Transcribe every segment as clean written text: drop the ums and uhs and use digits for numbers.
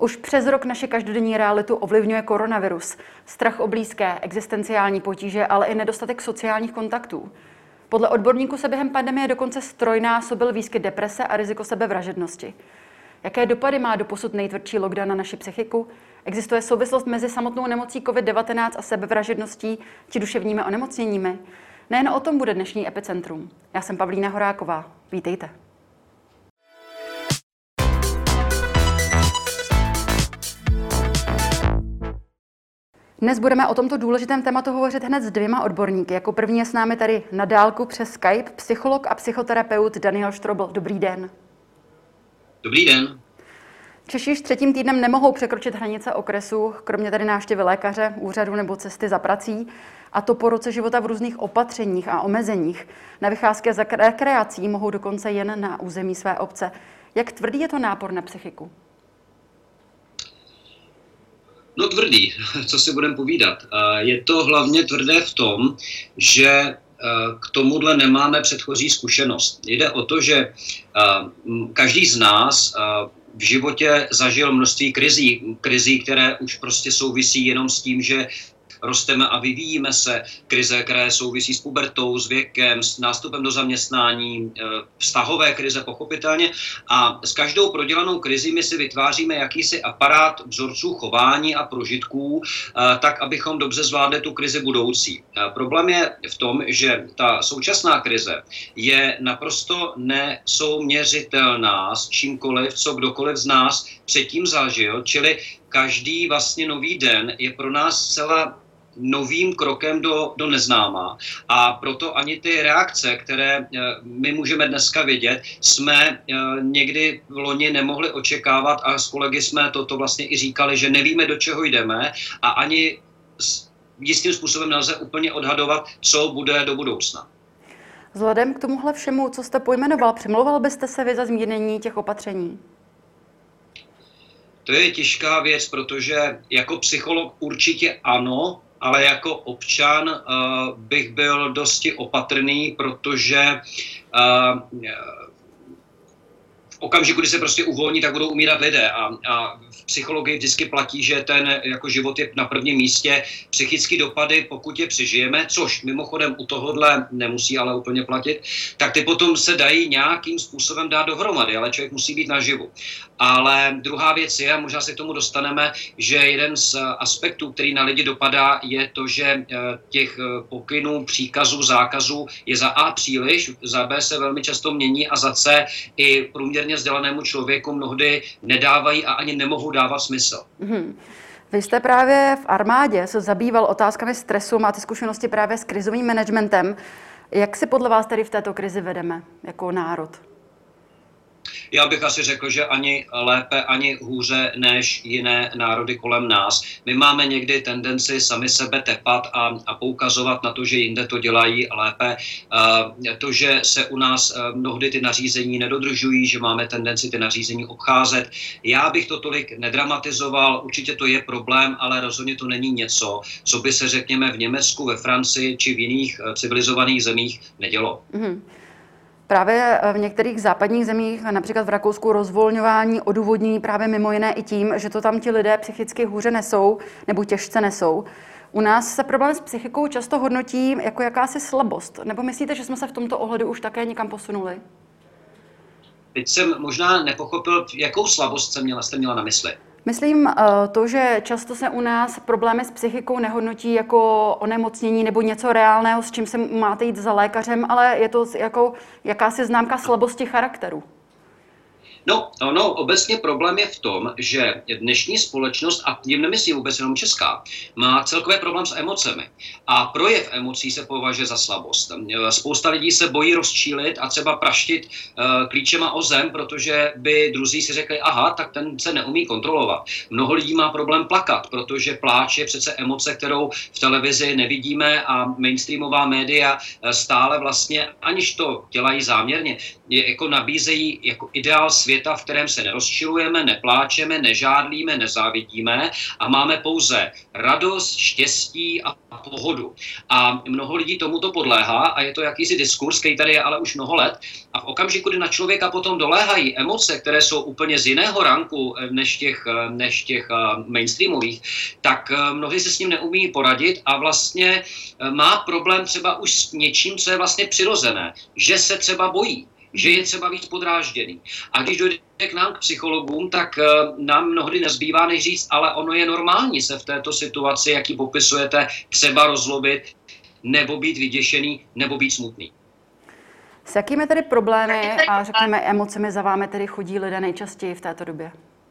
Už přes rok naše každodenní realitu ovlivňuje koronavirus. Strach o blízké, existenciální potíže, ale i nedostatek sociálních kontaktů. Podle odborníků se během pandemie dokonce strojnásobil výskyt deprese a riziko sebevražednosti. Jaké dopady má doposud nejtvrdší lockdown na naši psychiku? Existuje souvislost mezi samotnou nemocí COVID-19 a sebevražedností či duševními onemocněními? Nejen o tom bude dnešní Epicentrum. Já jsem Pavlína Horáková. Vítejte. Dnes budeme o tomto důležitém tématu hovořit hned s dvěma odborníky. Jako první je s námi tady na dálku přes Skype psycholog a psychoterapeut Daniel Strobl. Dobrý den. Dobrý den. Češi již třetím týdnem nemohou překročit hranice okresu, kromě tady návštěvy lékaře, úřadu nebo cesty za prací. A to po roce života v různých opatřeních a omezeních. Na vycházky za rekreací mohou dokonce jen na území své obce. Jak tvrdý je to nápor na psychiku? No tvrdý, co si budeme povídat. Je to hlavně tvrdé v tom, že k tomuhle nemáme předchozí zkušenost. Jde o to, že každý z nás v životě zažil množství krizí, které už prostě souvisí jenom s tím, že rosteme a vyvíjíme se, krize, které souvisí s pubertou, s věkem, s nástupem do zaměstnání, vztahové krize pochopitelně. A s každou prodělanou krizí my si vytváříme jakýsi aparát vzorců chování a prožitků, tak, abychom dobře zvládli tu krizi budoucí. Problém je v tom, že ta současná krize je naprosto nesouměřitelná s čímkoliv, co kdokoliv z nás předtím zažil, čili každý vlastně nový den je pro nás zcela novým krokem do neznáma. A proto ani ty reakce, které my můžeme dneska vidět, jsme někdy v loni nemohli očekávat a s kolegy jsme toto vlastně i říkali, že nevíme, do čeho jdeme a ani jistým způsobem nelze úplně odhadovat, co bude do budoucna. Vzhledem k tomuhle všemu, co jste pojmenoval, přimlouval byste se vy za zmírnění těch opatření? To je těžká věc, protože jako psycholog určitě ano, ale jako občan bych byl dosti opatrný, protože v okamžiku, kdy se prostě uvolní, tak budou umírat lidé. A v psychologii vždycky platí, že ten jako život je na prvním místě. Psychické dopady, pokud je přežijeme, což mimochodem u tohohle nemusí ale úplně platit, tak ty potom se dají nějakým způsobem dát dohromady, ale člověk musí být naživu. Ale druhá věc je, a možná se k tomu dostaneme, že jeden z aspektů, který na lidi dopadá, je to, že těch pokynů, příkazů, zákazů je za A příliš, za B se velmi často mění a za C i průměrně vzdělanému člověku mnohdy nedávají a ani nemohou dávat smysl. Vy jste právě v armádě se zabýval otázkami stresu, máte zkušenosti právě s krizovým managementem. Jak si podle vás tady v této krizi vedeme jako národ? Já bych asi řekl, že ani lépe, ani hůře než jiné národy kolem nás. My máme někdy tendenci sami sebe tepat a poukazovat na to, že jinde to dělají lépe. To, že se u nás mnohdy ty nařízení nedodržují, že máme tendenci ty nařízení obcházet. Já bych to tolik nedramatizoval, určitě to je problém, ale rozhodně to není něco, co by se, řekněme, v Německu, ve Francii či v jiných civilizovaných zemích nedělo. Právě v některých západních zemích, například v Rakousku, rozvolňování odůvodní právě mimo jiné i tím, že to tam ti lidé psychicky hůře nesou nebo těžce nesou. U nás se problém s psychikou často hodnotí jako jakási slabost. Nebo myslíte, že jsme se v tomto ohledu už také někam posunuli? Teď jsem možná nepochopil, jakou slabost jste měla na mysli. Myslím to, že často se u nás problémy s psychikou nehodnotí jako onemocnění nebo něco reálného, s čím se máte jít za lékařem, ale je to jako jakási známka slabosti charakteru. No, obecně problém je v tom, že dnešní společnost, a tím nemyslím vůbec jenom česká, má celkový problém s emocemi. A projev emocí se považuje za slabost. Spousta lidí se bojí rozčílit a třeba praštit klíčema o zem, protože by druzí si řekli, aha, tak ten se neumí kontrolovat. Mnoho lidí má problém plakat, protože pláč je přece emoce, kterou v televizi nevidíme a mainstreamová média stále vlastně, aniž to dělají záměrně, jako nabízejí jako ideál světa, světa, v kterém se nerozčilujeme, nepláčeme, nežádlíme, nezávidíme a máme pouze radost, štěstí a pohodu. A mnoho lidí tomuto podléhá a je to jakýsi diskurs, který tady je ale už mnoho let. A v okamžiku, kdy na člověka potom doléhají emoce, které jsou úplně z jiného ranku než těch mainstreamových, tak mnohdy se s ním neumí poradit a vlastně má problém třeba už s něčím, co je vlastně přirozené, že se třeba bojí, že je třeba víc podrážděný. A když dojde k nám, k psychologům, tak nám mnohdy nezbývá než říct, ale ono je normální se v této situaci, jak ji popisujete, třeba rozlobit, nebo být vyděšený, nebo být smutný. S jakými tedy problémy a řekněme emocemi za vámi tedy chodí lidé nejčastěji v této době?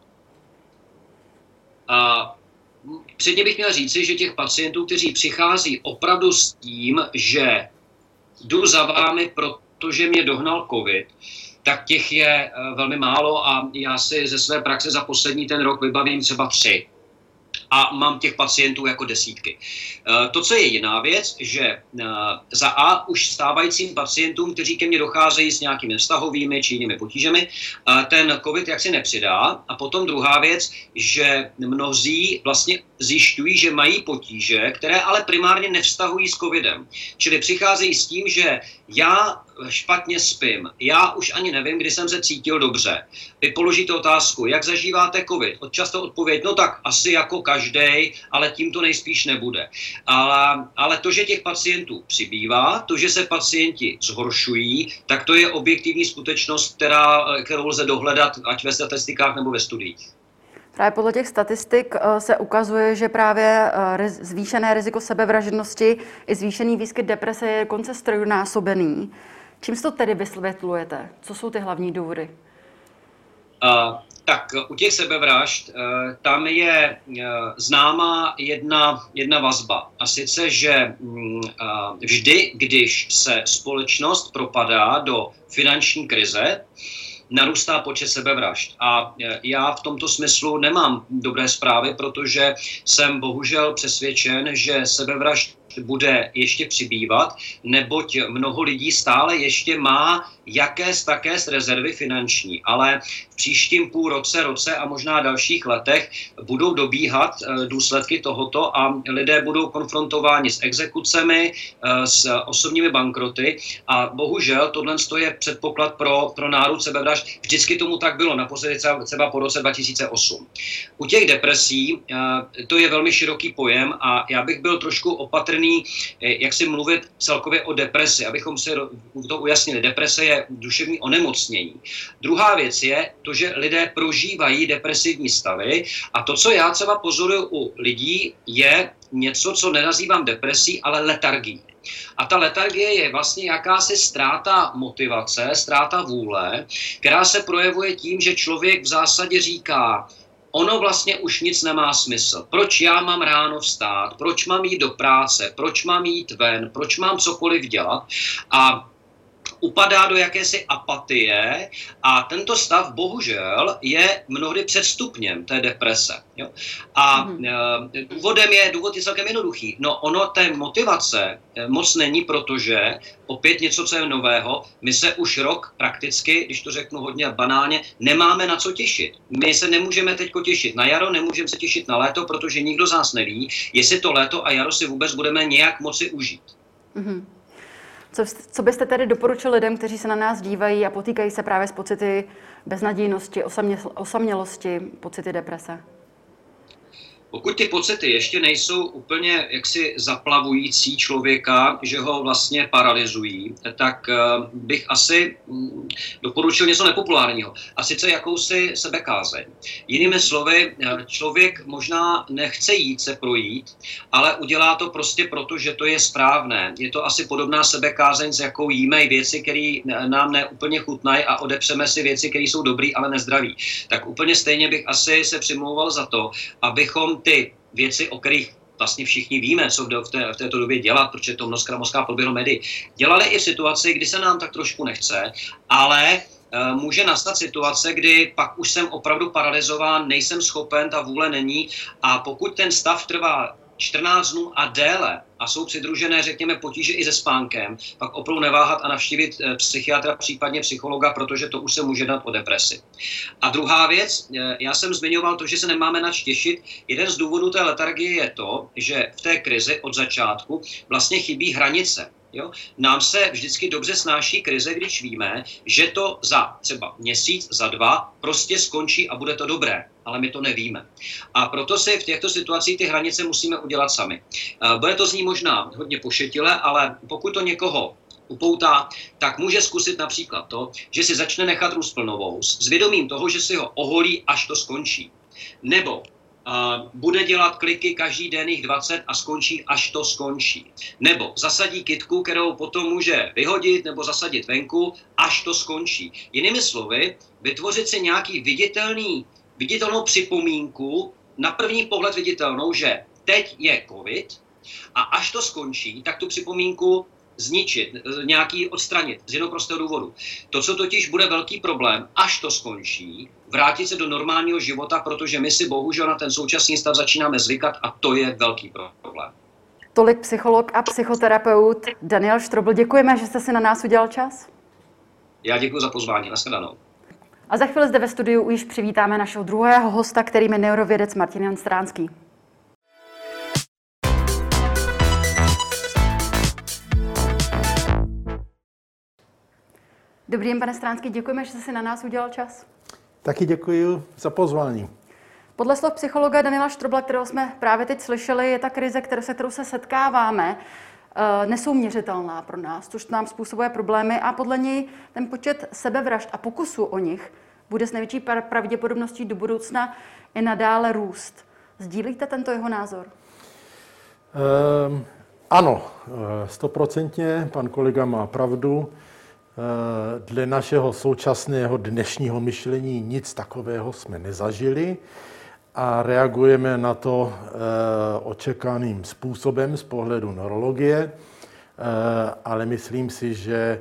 Předně bych měl říci, že těch pacientů, kteří přichází opravdu s tím, že jdu za vámi, protože mě dohnal covid, tak těch je velmi málo a já si ze své praxe za poslední ten rok vybavím třeba 3. A mám těch pacientů jako desítky. To, co je jiná věc, že za A už stávajícím pacientům, kteří ke mně docházejí s nějakými vztahovými či jinými potížemi, ten covid jaksi nepřidá. A potom druhá věc, že mnozí vlastně zjišťují, že mají potíže, které ale primárně nevztahují s covidem. Čili přicházejí s tím, že já špatně spím, já už ani nevím, kdy jsem se cítil dobře. Vy položíte otázku, jak zažíváte covid? Často odpověď, no tak asi jako každej, ale tím to nejspíš nebude. Ale to, že těch pacientů přibývá, to, že se pacienti zhoršují, tak to je objektivní skutečnost, kterou lze dohledat ať ve statistikách nebo ve studiích. Právě podle těch statistik se ukazuje, že právě zvýšené riziko sebevražednosti i zvýšený výskyt deprese je dokonce strojnásobený. Čím si to tedy vysvětlujete? Co jsou ty hlavní důvody? Tak u těch sebevražd tam je známá jedna vazba. A sice, že vždy, když se společnost propadá do finanční krize, narůstá počet sebevražd. A já v tomto smyslu nemám dobré zprávy, protože jsem bohužel přesvědčen, že sebevražd bude ještě přibývat, neboť mnoho lidí stále ještě má také rezervy finanční, ale v příštím roce a možná dalších letech budou dobíhat důsledky tohoto a lidé budou konfrontováni s exekucemi, s osobními bankroty a bohužel tohle je předpoklad pro nárůst sebevražd. Vždycky tomu tak bylo, naposledy třeba po roce 2008. U těch depresí to je velmi široký pojem a já bych byl trošku opatrný, jak si mluvit celkově o depresi, abychom si to ujasnili. Deprese je duševní onemocnění. Druhá věc je to, že lidé prožívají depresivní stavy a to, co já třeba pozoruju u lidí, je něco, co nenazývám depresí, ale letargií. A ta letargie je vlastně jakási ztráta motivace, ztráta vůle, která se projevuje tím, že člověk v zásadě říká, ono vlastně už nic nemá smysl. Proč já mám ráno vstát? Proč mám jít do práce? Proč mám jít ven? Proč mám cokoliv dělat? A upadá do jakési apatie a tento stav bohužel je mnohdy předstupněm té deprese. Jo? A důvod je celkem jednoduchý. No ono té motivace moc není, protože opět něco, co je nového, my se už rok prakticky, když to řeknu hodně banálně, nemáme na co těšit. My se nemůžeme teď těšit na jaro, nemůžeme se těšit na léto, protože nikdo z nás neví, jestli to léto a jaro si vůbec budeme nějak moci užít. Mm-hmm. Co byste tedy doporučil lidem, kteří se na nás dívají a potýkají se právě s pocity beznadějnosti, osamělosti, pocity deprese? Pokud ty pocity ještě nejsou úplně jaksi zaplavující člověka, že ho vlastně paralyzují, tak bych asi doporučil něco nepopulárního. A sice jakousi sebekázeň. Jinými slovy, člověk možná nechce jít se projít, ale udělá to prostě proto, že to je správné. Je to asi podobná sebekázeň, s jakou jíme věci, které nám neúplně chutnají a odepřeme si věci, které jsou dobrý, ale nezdraví. Tak úplně stejně bych asi se přimlouval za to, abychom ty věci, o kterých vlastně všichni víme, co v této době dělat, protože to mozká proběhlo médií, dělali i v situaci, kdy se nám tak trošku nechce, ale může nastat situace, kdy pak už jsem opravdu paralyzován, nejsem schopen, ta vůle není a pokud ten stav trvá 14 dnů a déle a jsou přidružené, řekněme, potíže i se spánkem, pak opravdu neváhat a navštívit psychiatra, případně psychologa, protože to už se může dát o depresi. A druhá věc, já jsem zmiňoval to, že se nemáme nač těšit. Jeden z důvodů té letargie je to, že v té krizi od začátku vlastně chybí hranice. Jo? Nám se vždycky dobře snáší krize, když víme, že to za třeba měsíc, za 2 prostě skončí a bude to dobré. Ale my to nevíme. A proto si v těchto situacích ty hranice musíme udělat sami. Bude to znít možná hodně pošetile, ale pokud to někoho upoutá, tak může zkusit například to, že si začne nechat růst plnovous s vědomím toho, že si ho oholí, až to skončí. Nebo bude dělat kliky každý den jich 20 a skončí, až to skončí. Nebo zasadí kytku, kterou potom může vyhodit nebo zasadit venku, až to skončí. Jinými slovy, vytvořit si nějaký viditelnou připomínku, na první pohled viditelnou, že teď je covid a až to skončí, tak tu připomínku zničit, nějaký odstranit z jednoho prostého důvodu. To, co totiž bude velký problém, až to skončí, vrátit se do normálního života, protože my si bohužel na ten současný stav začínáme zvykat a to je velký problém. Tolik psycholog a psychoterapeut Daniel Strobl. Děkujeme, že jste si na nás udělal čas. Já děkuji za pozvání. Nashledanou. A za chvíli zde ve studiu už přivítáme našeho druhého hosta, kterým je neurovědec Martin Jan Stránský. Dobrý den, pane Stránský, děkujeme, že jste si na nás udělal čas. Taky děkuji za pozvání. Podle slov psychologa Daniela Strobla, kterého jsme právě teď slyšeli, je ta krize, se kterou se setkáváme, nesouměřitelná pro nás, což nám způsobuje problémy a podle něj ten počet sebevražd a pokusů o nich bude s největší pravděpodobností do budoucna i nadále růst. Sdílíte tento jeho názor? Ano, 100%, pan kolega má pravdu. Dle našeho současného dnešního myšlení nic takového jsme nezažili a reagujeme na to očekaným způsobem z pohledu neurologie, ale myslím si, že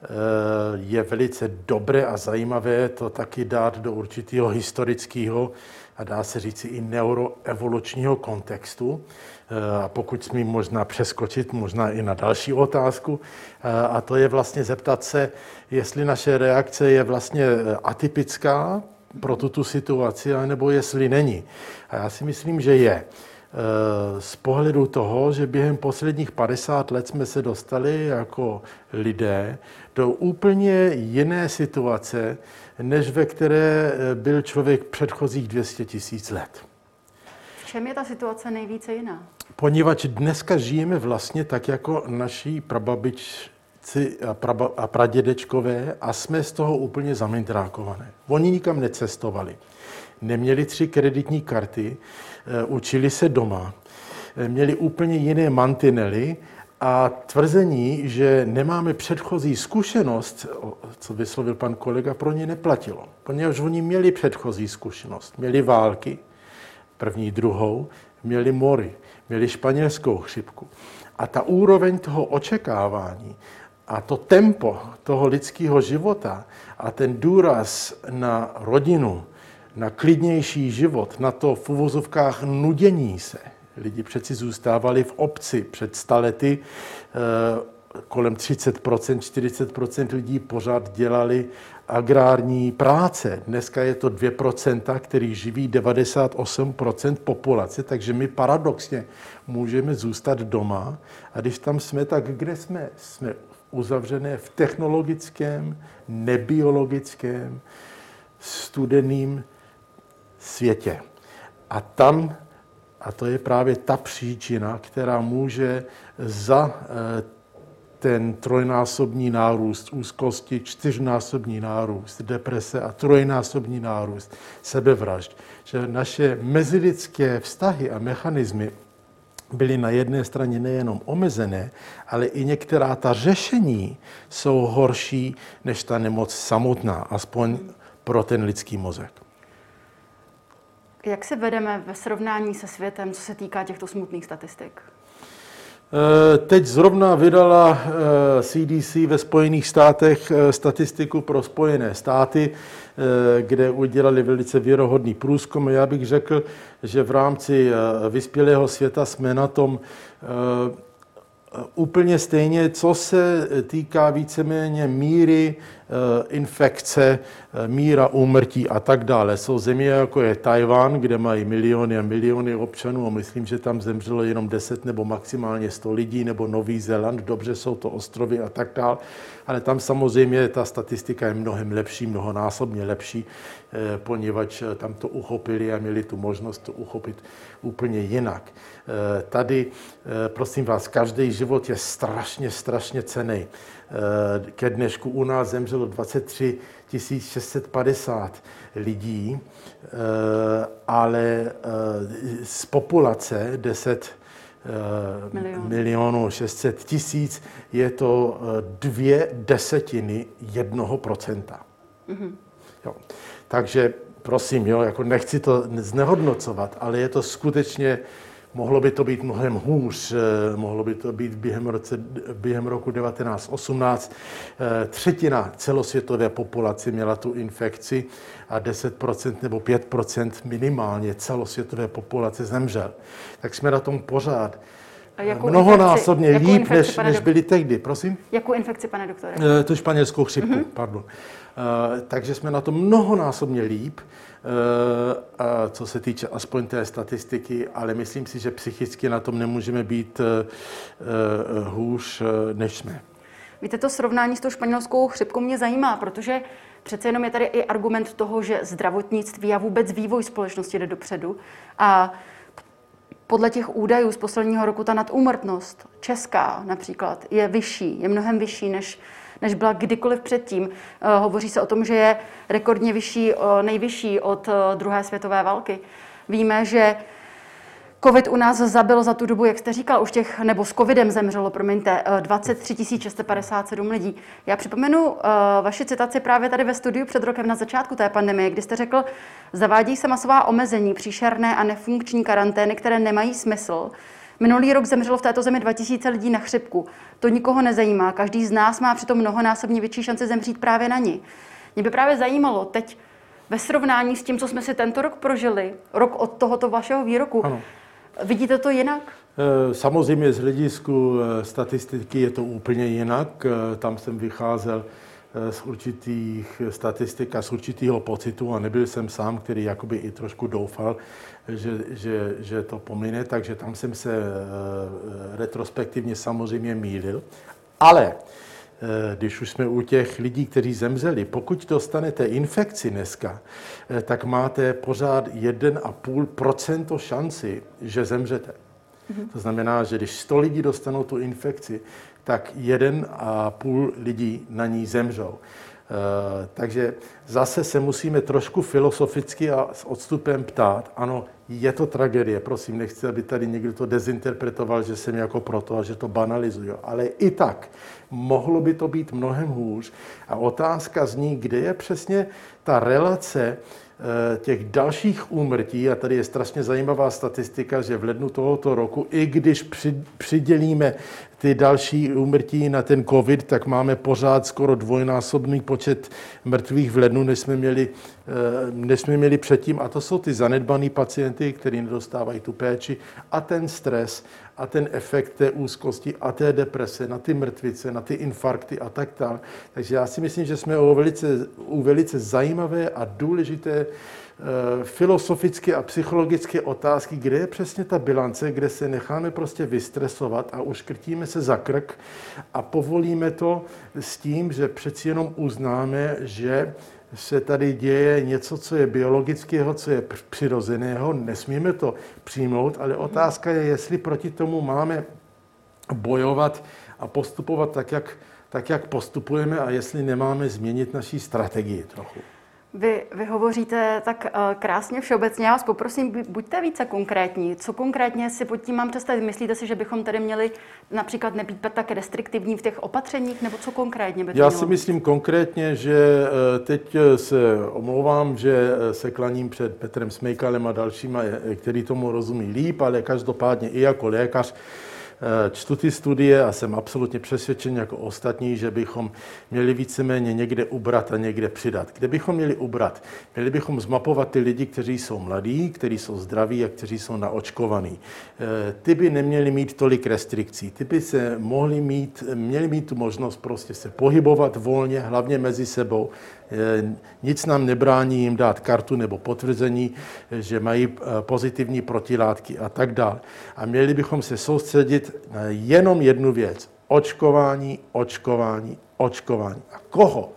je velice dobré a zajímavé to taky dát do určitého historického a dá se říci i neuroevolučního kontextu. A pokud smím možná přeskočit možná i na další otázku, a to je vlastně zeptat se, jestli naše reakce je vlastně atypická pro tuto situaci, nebo jestli není. A já si myslím, že je. Z pohledu toho, že během posledních 50 let jsme se dostali jako lidé do úplně jiné situace, než ve které byl člověk předchozích 200 000 let. V čem je ta situace nejvíce jiná? Poněvadž dneska žijeme vlastně tak jako naši prababičci a pradědečkové a jsme z toho úplně zamindrákované. Oni nikam necestovali. Neměli 3 kreditní karty, učili se doma, měli úplně jiné mantinely a tvrzení, že nemáme předchozí zkušenost, co vyslovil pan kolega, pro ně neplatilo. Poněvadž oni měli předchozí zkušenost, měli války, první, druhou, měli mory, měli španělskou chřipku. A ta úroveň toho očekávání a to tempo toho lidského života a ten důraz na rodinu, na klidnější život, na to v uvozovkách nudění se. Lidi přeci zůstávali v obci před 100 lety, kolem 30%, 40% lidí pořád dělali agrární práce. Dneska je to 2%, který živí 98% populace, takže my paradoxně můžeme zůstat doma. A když tam jsme, tak kde jsme? Jsme uzavřené v technologickém, nebiologickém, studeném světě. A tam, a to je právě ta příčina, která může za ten trojnásobný nárůst úzkosti, 4násobný nárůst deprese a trojnásobný nárůst sebevražd, že naše mezilidské vztahy a mechanismy byly na jedné straně nejenom omezené, ale i některá ta řešení jsou horší než ta nemoc samotná, aspoň pro ten lidský mozek. Jak se vedeme ve srovnání se světem, co se týká těchto smutných statistik? Teď zrovna vydala CDC ve Spojených státech statistiku pro Spojené státy, kde udělali velice věrohodný průzkum. Já bych řekl, že v rámci vyspělého světa jsme na tom úplně stejně, co se týká víceméně míry infekce, míra úmrtí a tak dále. Jsou země, jako je Tajvan, kde mají miliony a miliony občanů a myslím, že tam zemřelo jenom 10 nebo maximálně 100 lidí, nebo Nový Zéland, dobře, jsou to ostrovy a tak dále. Ale tam samozřejmě ta statistika je mnohem lepší, mnohonásobně lepší, poněvadž tam to uchopili a měli tu možnost to uchopit úplně jinak. Tady, prosím vás, každý život je strašně cenný. Ke dnešku u nás zemřelo 23 650 lidí, ale z populace 10 milionů 600 tisíc je to 0,2%. Jo. Takže prosím, jo, jako nechci to znehodnocovat, ale je to skutečně, mohlo by to být mnohem hůř, mohlo by to být během roku 1918. Třetina celosvětové populace měla tu infekci a 10% nebo 5% minimálně celosvětové populace zemřel. Tak jsme na tom pořád mnohonásobně líp, než byli tehdy. Prosím? Jakou infekci, pane doktore? Tu španělskou chřipku, pardon. Takže jsme na tom mnohonásobně líp, co se týče aspoň té statistiky, ale myslím si, že psychicky na tom nemůžeme být hůř, než jsme. Víte, to srovnání s tou španělskou chřipkou mě zajímá, protože přece jenom je tady i argument toho, že zdravotnictví a vůbec vývoj společnosti jde dopředu. A podle těch údajů z posledního roku ta nadúmrtnost česká například je vyšší, je mnohem vyšší, než byla kdykoliv předtím. Hovoří se o tom, že je rekordně vyšší, nejvyšší od druhé světové války. Víme, že COVID u nás zabil za tu dobu, jak jste říkal, nebo s covidem zemřelo, 23 657 lidí. Já připomenu vaši citaci právě tady ve studiu před rokem na začátku té pandemie, kdy jste řekl, zavádí se masová omezení, příšerné a nefunkční karantény, které nemají smysl. Minulý rok zemřelo v této zemi 2000 lidí na chřipku. To nikoho nezajímá. Každý z nás má přitom mnohonásobně větší šanci zemřít právě na ní. Mě by právě zajímalo teď ve srovnání s tím, co jsme si tento rok prožili, rok od tohoto vašeho výroku, ano. Vidíte to jinak? Samozřejmě z hledisku statistiky je to úplně jinak. Tam jsem vycházel z určitých statistik a z určitého pocitu a nebyl jsem sám, který jakoby i trošku doufal, že to pomine, takže tam jsem se retrospektivně samozřejmě mýlil. Ale když už jsme u těch lidí, kteří zemřeli, pokud dostanete infekci dneska, tak máte pořád 1,5% šanci, že zemřete. To znamená, že když 100 lidí dostanou tu infekci, tak 1,5 lidí na ní zemřou. Takže zase se musíme trošku filozoficky a s odstupem ptát, ano, je to tragédie, prosím, nechci, aby tady někdo to dezinterpretoval, že jsem jako proto a že to banalizuju, ale i tak mohlo by to být mnohem hůř. A otázka zní, kde je přesně ta relace těch dalších úmrtí, a tady je strašně zajímavá statistika, že v lednu tohoto roku, i když přidělíme ty další úmrtí na ten covid, tak máme pořád skoro dvojnásobný počet mrtvých v lednu, než jsme měli předtím. A to jsou ty zanedbaný pacienty, kteří nedostávají tu péči a ten stres a ten efekt té úzkosti a té deprese na ty mrtvice, na ty infarkty a tak dále. Takže já si myslím, že jsme u velice zajímavé a důležité filozofické a psychologické otázky, kde je přesně ta bilance, kde se necháme prostě vystresovat a uškrtíme se za krk a povolíme to s tím, že přeci jenom uznáme, že se tady děje něco, co je biologického, co je přirozeného, nesmíme to přijmout, ale otázka je, jestli proti tomu máme bojovat a postupovat tak, jak postupujeme a jestli nemáme změnit naší strategii trochu. Vy hovoříte tak krásně všeobecně. Já vás poprosím, buďte více konkrétní. Co konkrétně si pod tím mám představit? Myslíte si, že bychom tady měli například nebýt tak restriktivní v těch opatřeních, nebo co konkrétně by to Já si myslím konkrétně, že teď se omlouvám, že se klaním před Petrem Smejkalem a dalšíma, který tomu rozumí líp, ale každopádně i jako lékař čtu ty studie a jsem absolutně přesvědčen jako ostatní, že bychom měli víceméně někde ubrat a někde přidat. Kde bychom měli ubrat? Měli bychom zmapovat ty lidi, kteří jsou mladí, kteří jsou zdraví a kteří jsou naočkovaní. Ty by neměli mít tolik restrikcí. Ty by se měli mít tu možnost prostě se pohybovat volně, hlavně mezi sebou. Nic nám nebrání jim dát kartu nebo potvrzení, že mají pozitivní protilátky a tak dále. A měli bychom se soustředit na jenom jednu věc. Očkování, očkování, očkování. A koho?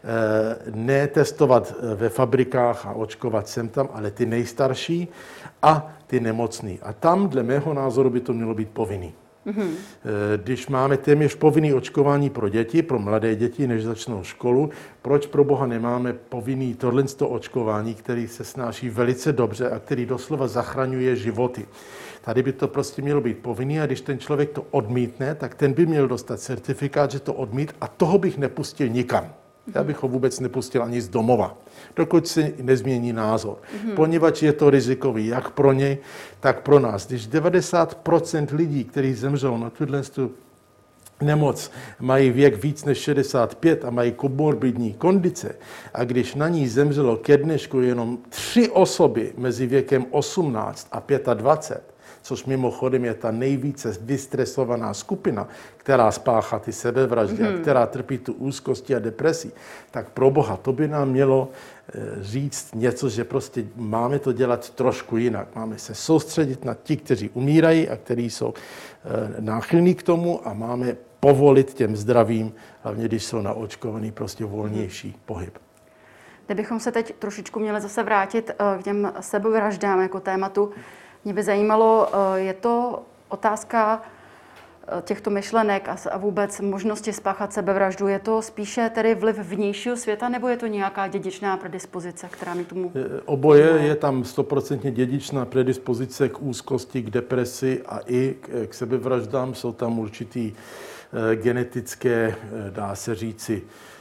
Ne testovat ve fabrikách a očkovat sem tam, ale ty nejstarší a ty nemocný. A tam, dle mého názoru, by to mělo být povinný. Když máme téměř povinný očkování pro děti, pro mladé děti, než začnou školu, proč pro Boha nemáme povinný tohle očkování, který se snáší velice dobře a který doslova zachraňuje životy. Tady by to prostě mělo být povinný a když ten člověk to odmítne, tak ten by měl dostat certifikát, že to odmít a toho bych nepustil nikam. Já bych ho vůbec nepustil ani z domova, dokud si nezmění názor. Poněvadž je to rizikový, jak pro něj, tak pro nás. Když 90% lidí, kteří zemřou na tuhle nemoc, mají věk víc než 65 a mají komorbidní kondice, a když na ní zemřelo ke dnešku jenom 3 osoby mezi věkem 18 a 25, což mimochodem je ta nejvíce vystresovaná skupina, která spáchá ty sebevraždy a která trpí tu úzkosti a depresí, tak pro Boha, to by nám mělo říct něco, že prostě máme to dělat trošku jinak. Máme se soustředit na ti, kteří umírají a kteří jsou náchylní k tomu a máme povolit těm zdravým, hlavně když jsou naočkovaný, prostě volnější pohyb. Kdybychom se teď trošičku měli zase vrátit k těm sebevraždám jako tématu, mě by zajímalo, je to otázka těchto myšlenek a vůbec možnosti spáchat sebevraždu, je to spíše tedy vliv vnějšího světa, nebo je to nějaká dědičná predispozice, která mi tomu... Oboje je tam 100% dědičná predispozice k úzkosti, k depresi a i k sebevraždám. Jsou tam určitý genetické, dá se říci,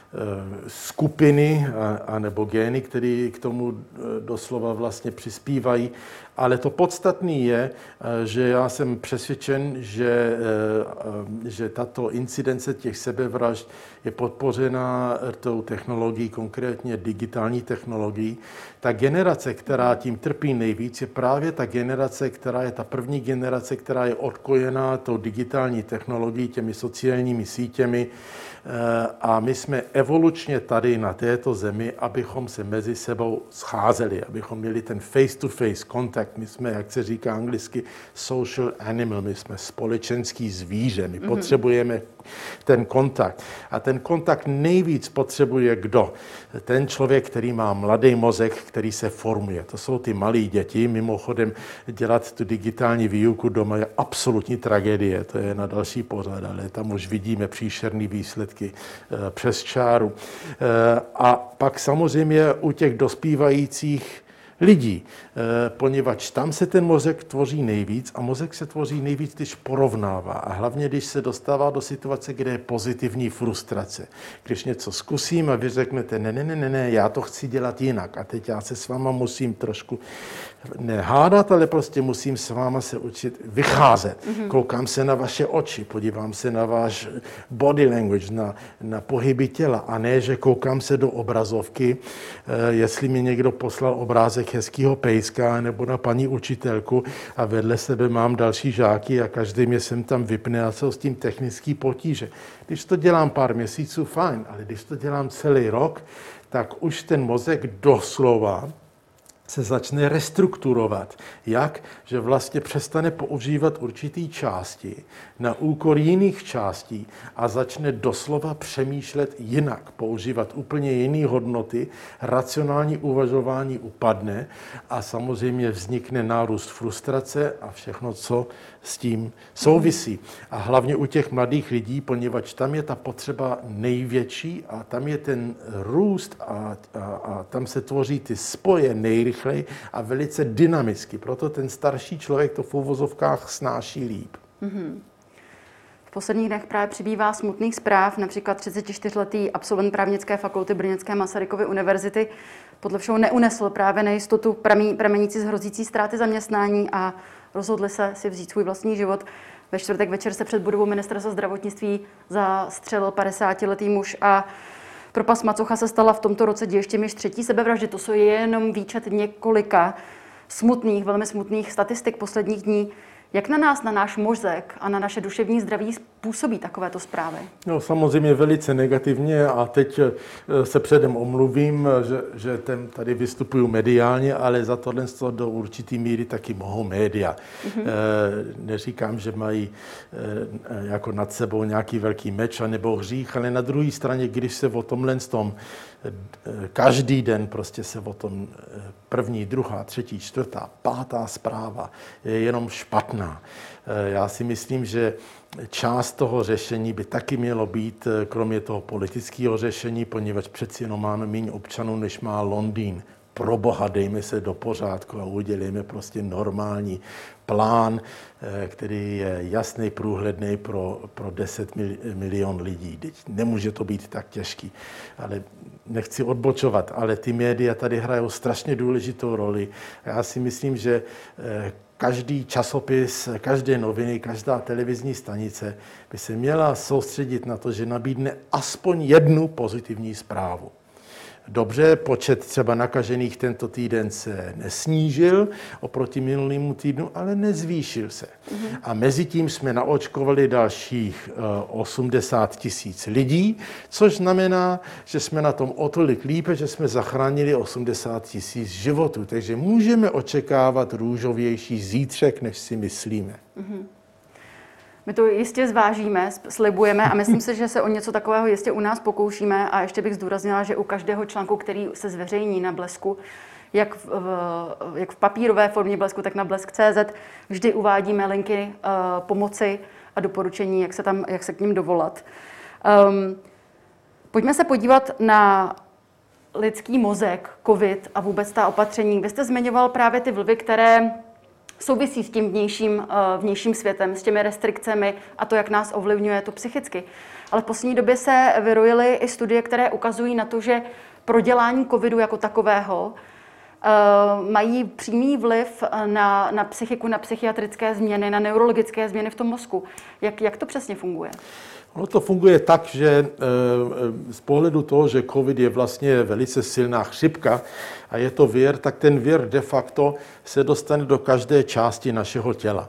skupiny anebo gény, které k tomu doslova vlastně přispívají. Ale to podstatné je, že já jsem přesvědčen, že tato incidence těch sebevražd je podpořena tou technologií, konkrétně digitální technologií. Ta generace, která tím trpí nejvíc, je právě ta generace, která je ta první generace, která je odkojená tou digitální technologií, těmi sociálními sítěmi. A my jsme evolučně tady na této zemi, abychom se mezi sebou scházeli, abychom měli ten face-to-face kontakt. My jsme, jak se říká anglicky, social animal, my jsme společenský zvíře, my potřebujeme ten kontakt. A ten kontakt nejvíc potřebuje kdo? Ten člověk, který má mladý mozek, který se formuje. To jsou ty malí děti. Mimochodem dělat tu digitální výuku doma je absolutní tragédie. To je na další pořad, ale tam už vidíme příšerné výsledky přes čáru. A pak samozřejmě u těch dospívajících lidí, poněvadž tam se ten mozek tvoří nejvíc a mozek se tvoří nejvíc, když porovnává a hlavně, když se dostává do situace, kde je pozitivní frustrace. Když něco zkusím a vy řeknete, ne, já to chci dělat jinak a teď já se s váma musím trošku nehádat, ale prostě musím s váma se učit vycházet. Koukám se na vaše oči, podívám se na váš body language, na pohyby těla a ne, že koukám se do obrazovky, jestli mi někdo poslal obrázek hezkýho pejska nebo na paní učitelku a vedle sebe mám další žáky a každý mě sem tam vypne a jsou s tím technický potíže. Když to dělám pár měsíců, fajn, ale když to dělám celý rok, tak už ten mozek doslova se začne restrukturovat. Jak? Že vlastně přestane používat určitý části na úkor jiných částí a začne doslova přemýšlet jinak, používat úplně jiné hodnoty, racionální uvažování upadne a samozřejmě vznikne nárůst frustrace a všechno, co s tím souvisí. A hlavně u těch mladých lidí, poněvadž tam je ta potřeba největší a tam je ten růst a tam se tvoří ty spoje nejrychleji a velice dynamicky. Proto ten starší člověk to v uvozovkách snáší líp. V posledních dnech právě přibývá smutných zpráv. Například 34letý absolvent právnické fakulty Brněnské Masarykovy univerzity podle všeho neunesl právě nejistotu pramenící z hrozící ztráty zaměstnání a rozhodli se si vzít svůj vlastní život. Ve čtvrtek večer se před budovou ministerstva zdravotnictví zastřelil 50letý muž a propast Macocha se stala v tomto roce dějištěm již 3. sebevraždy. To jsou jenom výčet několika smutných, velmi smutných statistik posledních dní. Jak na nás, na náš mozek a na naše duševní zdraví působí takovéto zprávy? No, samozřejmě velice negativně a teď se předem omluvím, že tady vystupuju mediálně, ale za tohle do určitý míry taky mohou média. Neříkám, že mají jako nad sebou nějaký velký meč nebo hřích, ale na druhé straně, když se o tomhle každý den prostě se o tom první, druhá, třetí, čtvrtá, pátá zpráva je jenom špatná. Já si myslím, že část toho řešení by taky mělo být, kromě toho politického řešení, poněvadž přeci jenom máme méně občanů, než má Londýn. Pro boha, dejme se do pořádku a udělejme prostě normální plán, který je jasný, průhledný pro 10 milion lidí. Teď nemůže to být tak těžký, ale nechci odbočovat, ale ty média tady hrajou strašně důležitou roli. Já si myslím, že každý časopis, každé noviny, každá televizní stanice by se měla soustředit na to, že nabídne aspoň jednu pozitivní zprávu. Dobře, počet třeba nakažených tento týden se nesnížil oproti minulému týdnu, ale nezvýšil se. A mezi tím jsme naočkovali dalších 80 000 lidí, což znamená, že jsme na tom o tolik lépe, že jsme zachránili 80 000 životů. Takže můžeme očekávat růžovější zítřek, než si myslíme. My to jistě zvážíme, slibujeme a myslím si, že se o něco takového jistě u nás pokoušíme a ještě bych zdůraznila, že u každého článku, který se zveřejní na Blesku, jak v papírové formě Blesku, tak na blesk.cz, vždy uvádíme linky pomoci a doporučení, jak se k ním dovolat. Pojďme se podívat na lidský mozek, covid a vůbec ta opatření. Vy jste zmiňoval právě ty vlivy, které souvisí s tím vnějším světem, s těmi restrikcemi a to, jak nás ovlivňuje to psychicky. Ale v poslední době se vyrojily i studie, které ukazují na to, že prodělání covidu jako takového mají přímý vliv na psychiku, na psychiatrické změny, na neurologické změny v tom mozku. Jak to přesně funguje? Ono to funguje tak, že z pohledu toho, že covid je vlastně velice silná chřipka a je to vir, tak ten vir de facto se dostane do každé části našeho těla.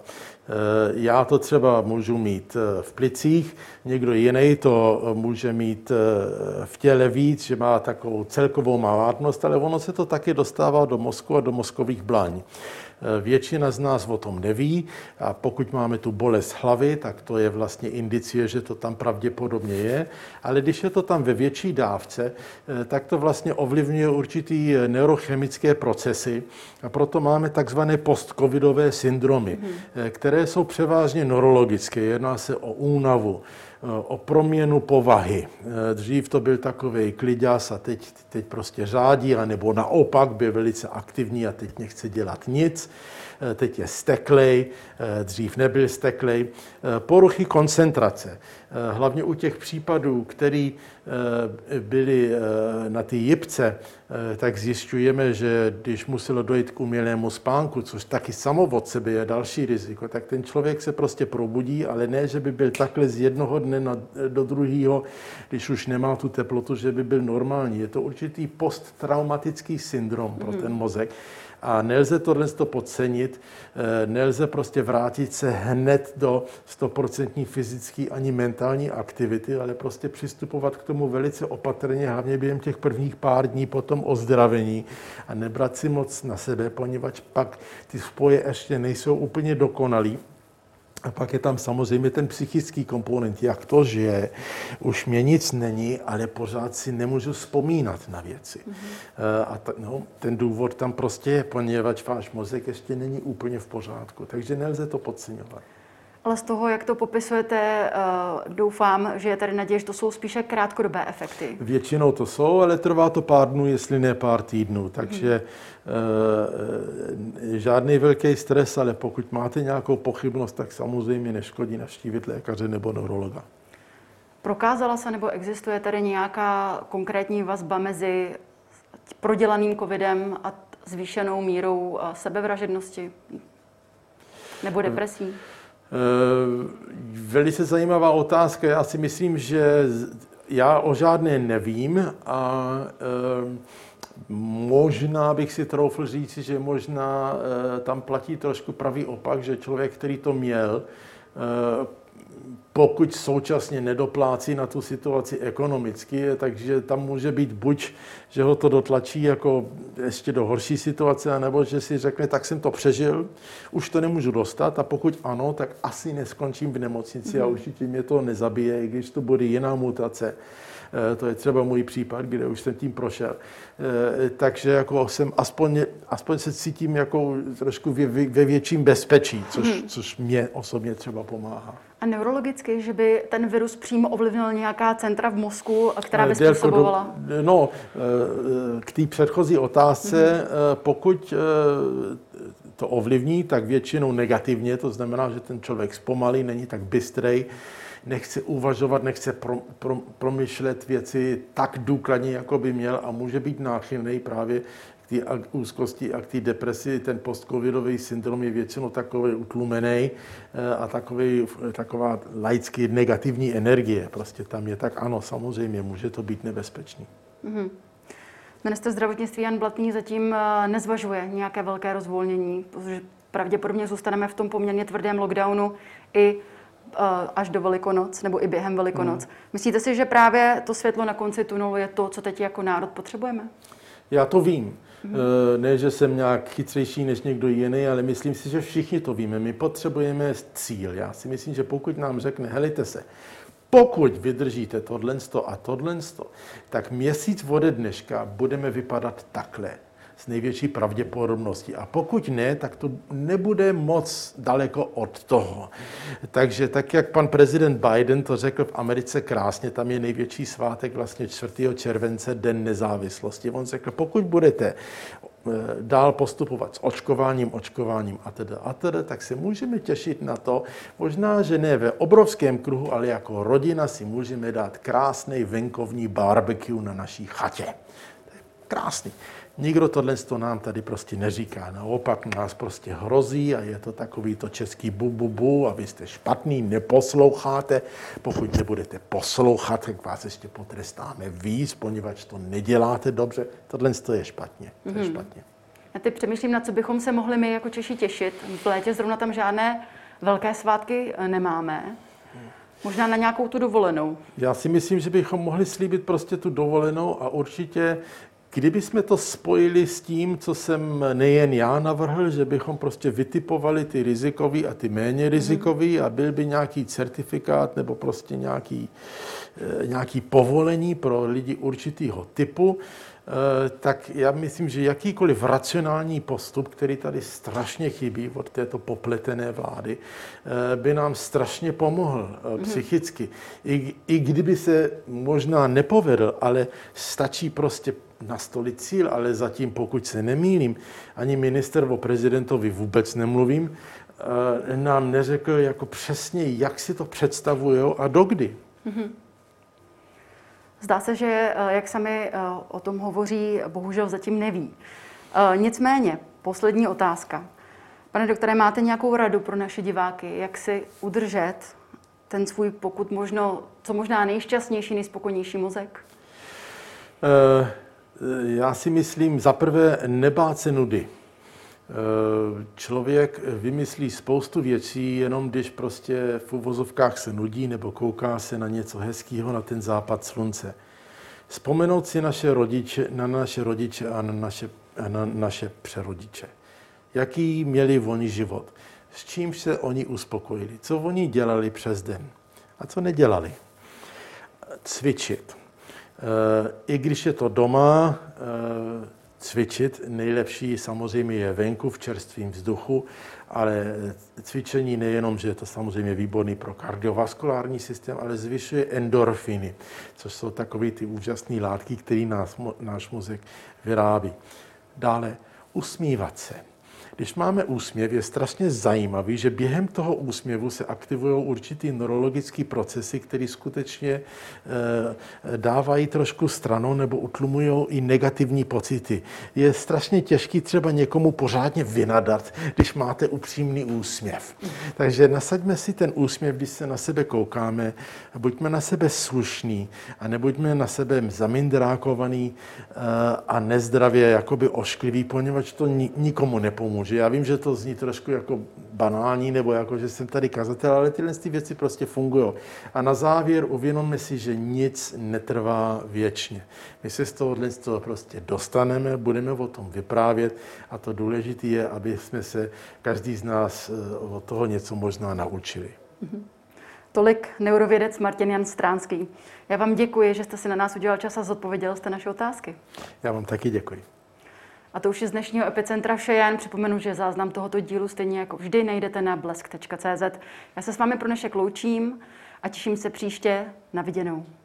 Já to třeba můžu mít v plicích, někdo jiný to může mít v těle víc, že má takovou celkovou malátnost, ale ono se to taky dostává do mozku a do mozkových blaň. Většina z nás o tom neví a pokud máme tu bolest hlavy, tak to je vlastně indicie, že to tam pravděpodobně je, ale když je to tam ve větší dávce, tak to vlastně ovlivňuje určitý neurochemické procesy a proto máme takzvané postcovidové syndromy, které jsou převážně neurologické. Jedná se o únavu, o proměnu povahy. Dřív to byl takovej kliďas a teď prostě řádí, anebo naopak byl velice aktivní a teď nechce dělat nic. Teď je steklej, dřív nebyl steklej. Poruchy koncentrace. Hlavně u těch případů, které byly na té jipce, tak zjišťujeme, že když muselo dojít k umělému spánku, což taky samo od sebe je další riziko, tak ten člověk se prostě probudí, ale ne, že by byl takhle z jednoho dne do druhého, když už nemá tu teplotu, že by byl normální. Je to určitý posttraumatický syndrom pro ten mozek. A nelze tohle podcenit, nelze prostě vrátit se hned do 100% fyzické ani mentální aktivity, ale prostě přistupovat k tomu velice opatrně, hlavně během těch prvních pár dní po tom ozdravení a nebrat si moc na sebe, poněvadž pak ty spoje ještě nejsou úplně dokonalý. A pak je tam samozřejmě ten psychický komponent, jak to, že už mě nic není, ale pořád si nemůžu vzpomínat na věci. A ten důvod tam prostě je, poněvadž váš mozek ještě není úplně v pořádku, takže nelze to podceňovat. Ale z toho, jak to popisujete, doufám, že je tady naděje, že to jsou spíše krátkodobé efekty. Většinou to jsou, ale trvá to pár dnů, jestli ne pár týdnů. Takže žádný velký stres, ale pokud máte nějakou pochybnost, tak samozřejmě neškodí navštívit lékaře nebo neurologa. Prokázala se nebo existuje tady nějaká konkrétní vazba mezi prodělaným covidem a zvýšenou mírou sebevražednosti nebo depresí? Velice zajímavá otázka. Já si myslím, že já o žádné nevím a možná bych si troufl říct, že možná tam platí trošku pravý opak, že člověk, který to měl, pokud současně nedoplácí na tu situaci ekonomicky, takže tam může být buď, že ho to dotlačí jako ještě do horší situace, nebo že si řekne, tak jsem to přežil, už to nemůžu dostat a pokud ano, tak asi neskončím v nemocnici a určitě mě to nezabije, i když to bude jiná mutace. To je třeba můj případ, kde už jsem tím prošel. Takže jako jsem aspoň se cítím jako trošku ve větším bezpečí, což mě osobně třeba pomáhá. A neurologicky, že by ten virus přímo ovlivnil nějaká centra v mozku, která by způsobovala? No, k té předchozí otázce, pokud to ovlivní, tak většinou negativně, to znamená, že ten člověk zpomalí, není tak bystrej, nechce uvažovat, nechce promýšlet věci tak důkladně, jako by měl a může být náchylný právě k té úzkosti a k té depresi. Ten postcovidový syndrom je většinou takový utlumený a taková laicky negativní energie. Prostě tam je, tak ano, samozřejmě, může to být nebezpečný. Ministr zdravotnictví Jan Blatný zatím nezvažuje nějaké velké rozvolnění, protože pravděpodobně zůstaneme v tom poměrně tvrdém lockdownu i až do Velikonoc, nebo i během Velikonoc. Myslíte si, že právě to světlo na konci tunelu je to, co teď jako národ potřebujeme? Já to vím. Ne, že jsem nějak chytřejší než někdo jiný, ale myslím si, že všichni to víme. My potřebujeme cíl. Já si myslím, že pokud nám řekne, helejte se, pokud vydržíte tohlensto a tohlensto, tak měsíc ode dneška budeme vypadat takhle. S největší pravděpodobností. A pokud ne, tak to nebude moc daleko od toho. Takže tak, jak pan prezident Biden to řekl v Americe krásně, tam je největší svátek vlastně 4. července, Den nezávislosti. On řekl, pokud budete dál postupovat s očkováním a teda, tak se můžeme těšit na to, možná, že ne ve obrovském kruhu, ale jako rodina si můžeme dát krásný venkovní barbecue na naší chatě. To je krásný. Nikdo tohle nám tady prostě neříká. Naopak nás prostě hrozí a je to takový to český bu a vy jste špatný, neposloucháte. Pokud nebudete poslouchat, tak vás ještě potrestáme víc, poněvadž to neděláte dobře. Tohle je špatně. To je špatně. Já teď přemýšlím, na co bychom se mohli my jako Češi těšit. V létě zrovna tam žádné velké svátky nemáme. Možná na nějakou tu dovolenou. Já si myslím, že bychom mohli slíbit prostě tu dovolenou a určitě kdyby jsme to spojili s tím, co jsem nejen já navrhl, že bychom prostě vytipovali ty rizikový a ty méně rizikový a byl by nějaký certifikát nebo prostě nějaký povolení pro lidi určitého typu, tak já myslím, že jakýkoliv racionální postup, který tady strašně chybí od této popletené vlády, by nám strašně pomohl psychicky. I kdyby se možná nepovedl, ale stačí prostě nastolit cíl, ale zatím, pokud se nemýlím, ani minister o prezidentovi vůbec nemluvím, nám neřekl jako přesně, jak si to představujou a dokdy. Zdá se, že jak sami o tom hovoří, bohužel zatím neví. Nicméně, poslední otázka. Pane doktore, máte nějakou radu pro naše diváky, jak si udržet ten svůj pokud možno, co možná nejšťastnější, nejspokojenější mozek? Já si myslím, zaprvé nebát se nudy. Člověk vymyslí spoustu věcí, jenom když prostě v uvozovkách se nudí nebo kouká se na něco hezkého, na ten západ slunce. Vzpomenout si na naše rodiče a na naše přerodiče. Jaký měli oni život, s čím se oni uspokojili, co oni dělali přes den a co nedělali. Cvičit. I když je to doma, cvičit, nejlepší samozřejmě je venku v čerstvém vzduchu, ale cvičení nejenom, že je to samozřejmě výborný pro kardiovaskulární systém, ale zvyšuje endorfiny, což jsou takové ty úžasné látky, které náš mozek vyrábí. Dále usmívat se. Když máme úsměv, je strašně zajímavý, že během toho úsměvu se aktivují určitý neurologické procesy, které skutečně dávají trošku stranou nebo utlumují i negativní pocity. Je strašně těžký třeba někomu pořádně vynadat, když máte upřímný úsměv. Takže nasaďme si ten úsměv, když se na sebe koukáme, buďme na sebe slušní a nebuďme na sebe zamindrákovaný a nezdravě jakoby ošklivý, poněvadž to nikomu nepomůže. Já vím, že to zní trošku jako banální, nebo jako, že jsem tady kazatel, ale tyhle věci prostě fungují. A na závěr uvědomme si, že nic netrvá věčně. My se z tohohle prostě dostaneme, budeme o tom vyprávět a to důležité je, aby jsme se každý z nás od toho něco možná naučili. Tolik neurovědec Martin Jan Stránský. Já vám děkuji, že jste si na nás udělal čas a zodpověděl jste naše otázky. Já vám taky děkuji. A to už je z dnešního Epicentra vše. Jen připomenu, že záznam tohoto dílu stejně jako vždy najdete na blesk.cz. Já se s vámi pro dnešek loučím a těším se příště. Na viděnou.